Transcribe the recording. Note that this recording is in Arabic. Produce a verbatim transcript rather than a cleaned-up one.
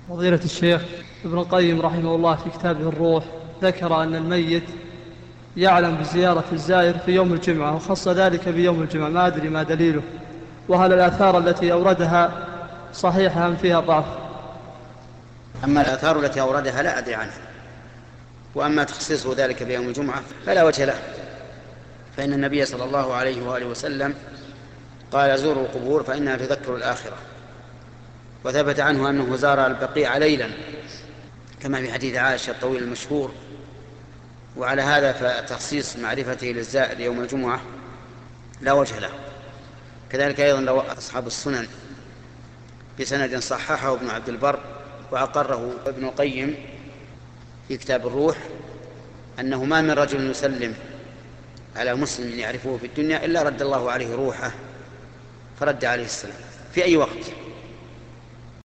فضيلة الشيخ ابن القيم رحمه الله في كتابه الروح ذكر أن الميت يعلم بزيارة الزائر في يوم الجمعة وخص ذلك بيوم الجمعة، ما أدري ما دليله، وهل الآثار التي أوردها صحيحة أم فيها ضعف؟ أما الآثار التي أوردها لا أدري عنها، وأما تخصيصه ذلك بيوم الجمعة فلا وجه له، فإن النبي صلى الله عليه وآله وسلم قال زوروا القبور فإنها تذكر الآخرة، وثبت عنه أنه زار البقيع ليلا كما في حديث عائشة الطويل المشهور. وعلى هذا فتخصيص معرفته للزائر يوم الجمعة لا وجه له. كذلك أيضا لو أصحاب السنن بسند صححه ابن عبد البر وأقره ابن القيم في كتاب الروح أنه ما من رجل يسلم على مسلم يعرفه في الدنيا إلا رد الله عليه روحه فرد عليه السلام في أي وقت.